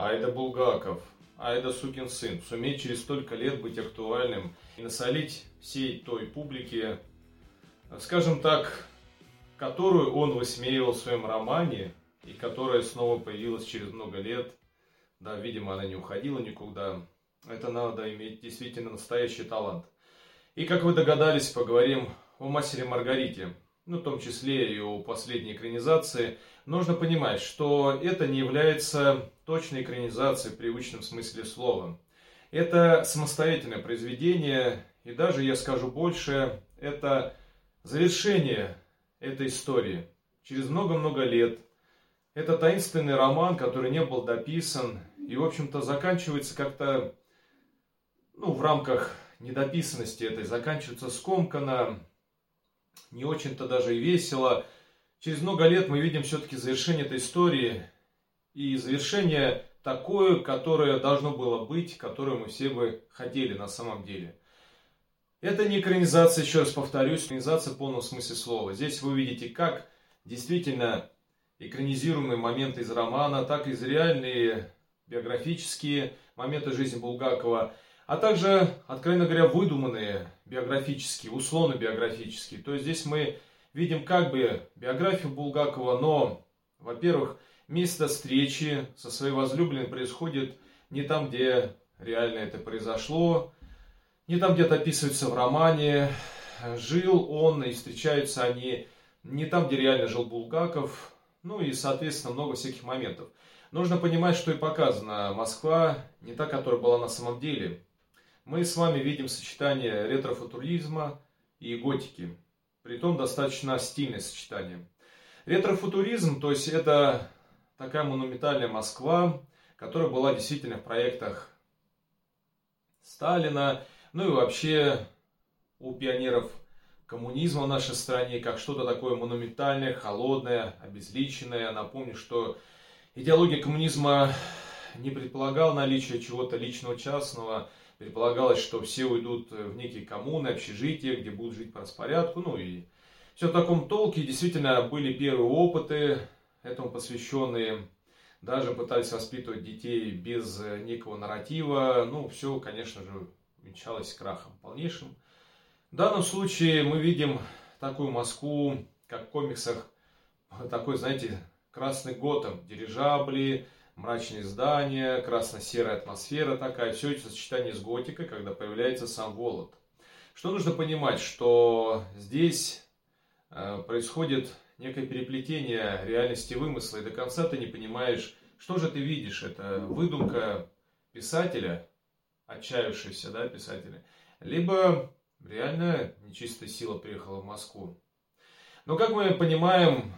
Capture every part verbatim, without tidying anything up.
Айда Булгаков, айда сукин сын, суметь через столько лет быть актуальным и насолить всей той публике, скажем так, которую он высмеивал в своем романе, и которая снова появилась через много лет. Да, видимо, она не уходила никуда. Это надо иметь действительно настоящий талант. И, как вы догадались, поговорим о «Мастере и Маргарите», ну, в том числе и о последней экранизации. Нужно понимать, что это не является точной экранизацией в привычном смысле слова. Это самостоятельное произведение, и даже, я скажу больше, это завершение этой истории. Через много-много лет это таинственный роман, который не был дописан, и, в общем-то, заканчивается как-то, ну, в рамках недописанности этой, заканчивается скомканно, не очень-то даже и весело. Через много лет мы видим все-таки завершение этой истории, и завершение такое, которое должно было быть, которое мы все бы хотели на самом деле. Это не экранизация, еще раз повторюсь, экранизация в полном смысле слова. Здесь вы видите как действительно экранизируемые моменты из романа, так и из реальные биографические моменты жизни Булгакова, а также, откровенно говоря, выдуманные биографические, условно-биографические. То есть здесь мы видим как бы биографию Булгакова, но, во-первых, место встречи со своей возлюбленной происходит не там, где реально это произошло, не там, где это описывается в романе. Жил он и встречаются они не там, где реально жил Булгаков. Ну и, соответственно, много всяких моментов. Нужно понимать, что и показана Москва не та, которая была на самом деле. Мы с вами видим сочетание ретро-футуризма и готики. Притом достаточно стильное сочетание. Ретро-футуризм, то есть это такая монументальная Москва, которая была действительно в проектах Сталина, ну и вообще у пионеров коммунизма в нашей стране, как что-то такое монументальное, холодное, обезличенное. Напомню, что идеология коммунизма не предполагала наличие чего-то личного, частного. Предполагалось, что все уйдут в некие коммуны, общежития, где будут жить по распорядку. Ну и все в таком толке. Действительно, были первые опыты, этому посвященные. Даже пытались воспитывать детей без некого нарратива. Ну, все, конечно же, венчалось крахом полнейшим. В данном случае мы видим такую Москву, как в комиксах, такой, знаете, красный Готэм, дирижабли, мрачные здания, красно-серая атмосфера такая. Все это сочетание с готикой, когда появляется сам Волод. Что нужно понимать, что здесь э, происходит некое переплетение реальности и вымысла, и до конца ты не понимаешь, что же ты видишь. Это выдумка писателя, отчаявшегося, да, писателя, либо реально нечистая сила приехала в Москву. Но как мы понимаем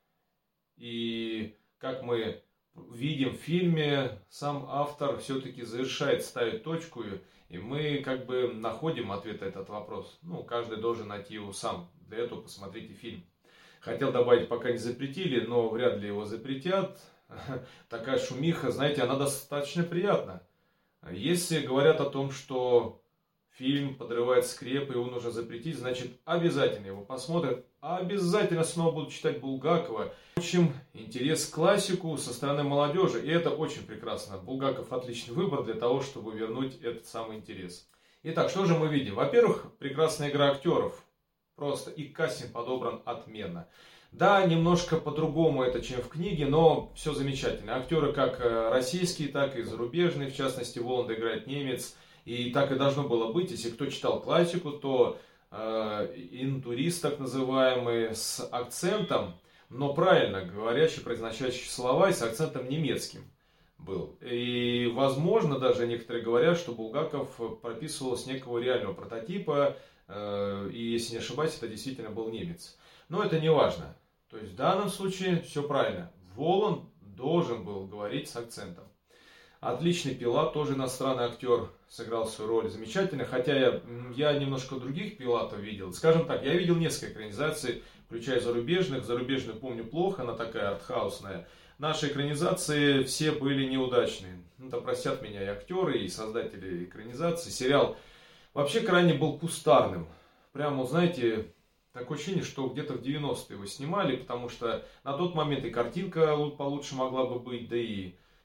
и как мы видим в фильме, сам автор все-таки завершает, ставит точку, и мы как бы находим ответ на этот вопрос. Ну, каждый должен найти его сам. Для этого посмотрите фильм. Хотел добавить, пока не запретили, но вряд ли его запретят. Такая шумиха, знаете, она достаточно приятна. Если говорят о том, что фильм подрывает скрепы, его нужно запретить, значит, обязательно его посмотрят. Обязательно снова будут читать Булгакова. Получим интерес к классику со стороны молодежи. И это очень прекрасно. Булгаков отличный выбор для того, чтобы вернуть этот самый интерес. Итак, что же мы видим? Во-первых, прекрасная игра актеров. Просто и кастинг подобран отменно. Да, немножко по-другому это, чем в книге, но все замечательно. Актеры как российские, так и зарубежные. В частности, Воланда играет немец. И так и должно было быть. Если кто читал классику, то э, интурист, так называемый, с акцентом, но правильно говорящий, произносящий слова и с акцентом немецким был. И, возможно, даже некоторые говорят, что Булгаков прописывал с некого реального прототипа, э, и, если не ошибаюсь, это действительно был немец. Но это не важно. То есть, в данном случае все правильно. Воланд должен был говорить с акцентом. Отличный Пилат, тоже иностранный актер, сыграл свою роль замечательно. Хотя я, я немножко других Пилатов видел. Скажем так, я видел несколько экранизаций, включая зарубежных. Зарубежную помню плохо, она такая артхаусная. Наши экранизации все были неудачные. Ну, да простят меня и актеры, и создатели экранизации. Сериал вообще крайне был кустарным. Прямо, знаете, такое ощущение, что где-то в девяностые его снимали, потому что на тот момент и картинка получше могла бы быть, да и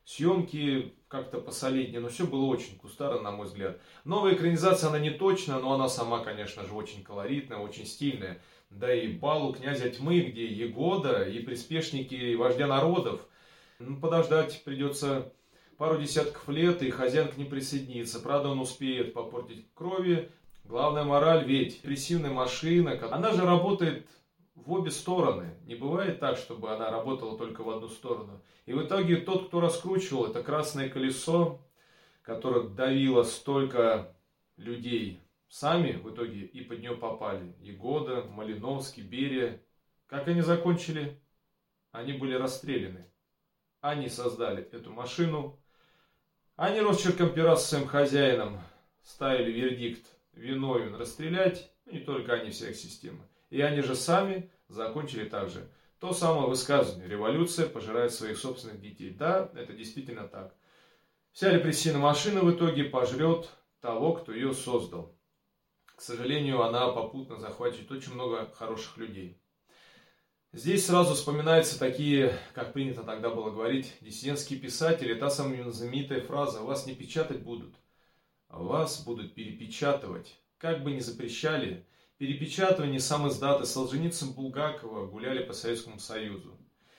съемки как-то посолиднее, но все было очень кустарно, на мой взгляд. Новая экранизация, она не точна, но она сама, конечно же, очень колоритная, очень стильная. Да и балу князя тьмы, где Егода и приспешники вождя народов. Ну, подождать придется пару десятков лет, и хозяин к ним присоединится. Правда, он успеет попортить крови. Главная мораль, ведь депрессивная машина, она же работает в обе стороны. Не бывает так, чтобы она работала только в одну сторону. И в итоге тот, кто раскручивал это красное колесо, которое давило столько людей, сами в итоге и под нее попали. Егода, Малиновский, Берия. Как они закончили? Они были расстреляны. Они создали эту машину. Они росчерком пера с своим хозяином ставили вердикт: виновен расстрелять. Ну, не только они, вся их система. И они же сами закончили так же. То самое высказывание: революция пожирает своих собственных детей. Да, это действительно так. Вся репрессивная машина в итоге пожрет того, кто ее создал. К сожалению, она попутно захватит очень много хороших людей. Здесь сразу вспоминаются такие, как принято тогда было говорить, диссидентские писатели. Та самая знаменитая фраза: вас не печатать будут, а вас будут перепечатывать. Как бы ни запрещали, перепечатывание сам издаты Солженицын, Булгакова гуляли по Советскому Союзу.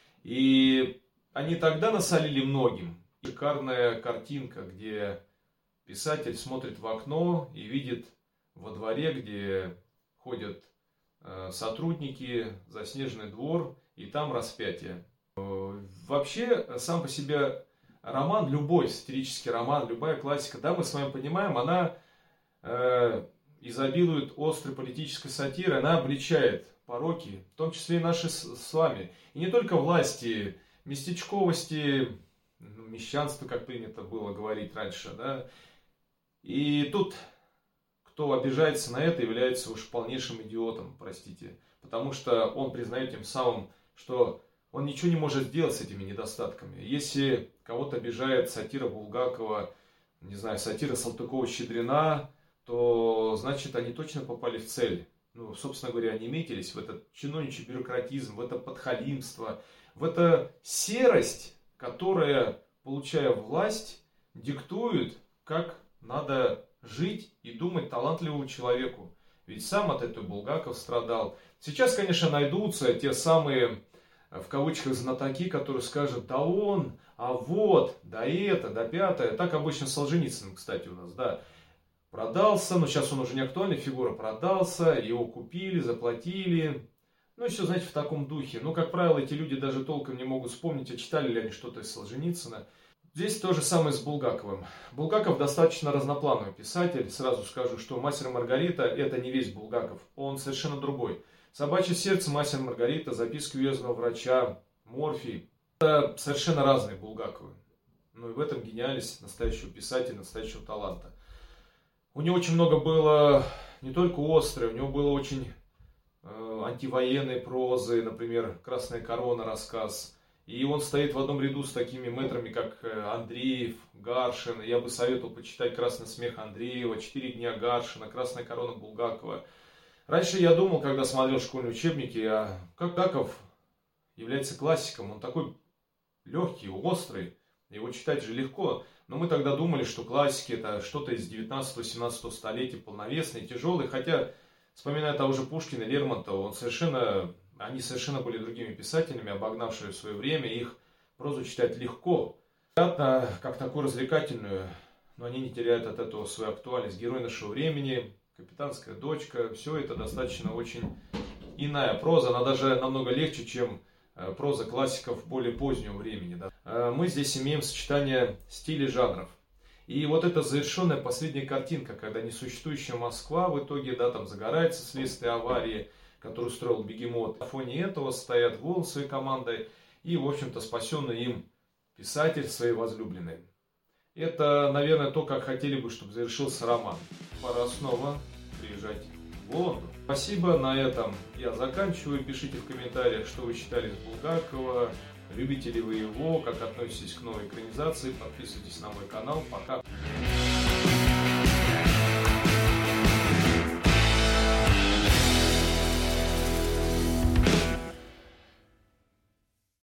И они тогда насолили многим. Шикарная картинка, где писатель смотрит в окно и видит во дворе, где ходят э, сотрудники, заснеженный двор, и там распятие. Э, вообще, сам по себе роман, любой сатирический роман, любая классика, да, мы с вами понимаем, она э, изобилует острой политической сатирой, она обличает пороки, в том числе и наши с, с вами. И не только власти, местечковости, мещанства, как принято было говорить раньше, да. И тут кто обижается на это, является уж полнейшим идиотом, простите. Потому что он признает тем самым, что он ничего не может сделать с этими недостатками. Если кого-то обижает сатира Булгакова, не знаю, сатира Салтыкова-Щедрина, то значит они точно попали в цель. Ну, собственно говоря, они метились в этот чиновничий бюрократизм, в это подхалимство, в эту серость, которая, получая власть, диктует, как надо жить и думать талантливому человеку. Ведь сам от этого Булгаков страдал. Сейчас, конечно, найдутся те самые, в кавычках, знатоки, которые скажут: да он, а вот, да это, да пятое. Так обычно с Солженицыным, кстати, у нас, да. Продался, но сейчас он уже не актуальная фигура, продался, его купили, заплатили. Ну и все, знаете, в таком духе. Но, как правило, эти люди даже толком не могут вспомнить, а читали ли они что-то из Солженицына. Здесь то же самое с Булгаковым. Булгаков достаточно разноплановый писатель. Сразу скажу, что «Мастер и Маргарита» — это не весь Булгаков. Он совершенно другой. «Собачье сердце», «Мастер и Маргарита», «Записки уездного врача», «Морфий» — это совершенно разные Булгаковы. Ну и в этом гениальность настоящего писателя, настоящего таланта. У него очень много было не только острой, у него было очень э, антивоенной прозы, например, «Красная корона» рассказ. И он стоит в одном ряду с такими мэтрами, как Андреев, Гаршин. Я бы советовал почитать «Красный смех» Андреева, «Четыре дня» Гаршина, «Красная корона» Булгакова. Раньше я думал, когда смотрел школьные учебники, а как Булгаков является классиком. Он такой легкий, острый, его читать же легко. Но мы тогда думали, что классики — это что-то из девятнадцатого-семнадцатого столетия, полновесный, тяжелый. Хотя, вспоминая того же Пушкина, Лермонтова, он совершенно... Они совершенно были другими писателями, обогнавшие свое время, их прозу читать легко. Понятно, как такую развлекательную, но они не теряют от этого свою актуальность. Герой нашего времени, «Капитанская дочка», все это достаточно очень иная проза, она даже намного легче, чем проза классиков более позднего времени. Да. Мы здесь имеем сочетание стилей, жанров. И вот эта завершенная последняя картинка, когда несуществующая Москва в итоге, да, там загорается вследствие аварии, который строил Бегемот. На фоне этого стоят Волн своей командой и, в общем-то, спасенный им писатель своей возлюбленной. Это, наверное, то, как хотели бы, чтобы завершился роман. Пора снова приезжать в Лондон. Спасибо, на этом я заканчиваю. Пишите в комментариях, что вы считали из Булгакова, любите ли вы его, как относитесь к новой экранизации. Подписывайтесь на мой канал. Пока.